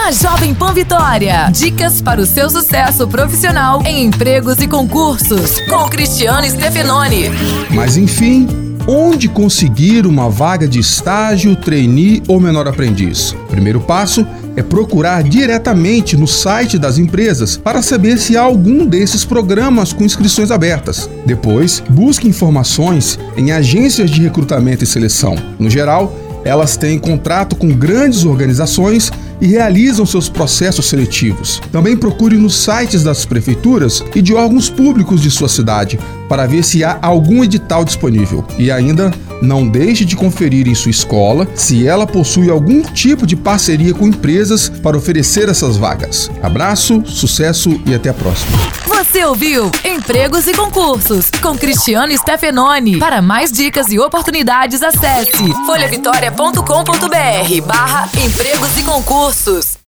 na Jovem Pan Vitória. Dicas para o seu sucesso profissional em empregos e concursos, com Cristiano Stefanoni. Mas enfim, onde conseguir uma vaga de estágio, trainee ou menor aprendiz? O primeiro passo é procurar diretamente no site das empresas para saber se há algum desses programas com inscrições abertas. Depois, busque informações em agências de recrutamento e seleção. No geral, elas têm contrato com grandes organizações e realizam seus processos seletivos. Também procure nos sites das prefeituras e de órgãos públicos de sua cidade para ver se há algum edital disponível. E ainda, não deixe de conferir em sua escola se ela possui algum tipo de parceria com empresas para oferecer essas vagas. Abraço, sucesso e até a próxima. Você ouviu Empregos e Concursos com Cristiano Stefanoni. Para mais dicas e oportunidades, acesse folhavitória.com.br/empregos e concursos.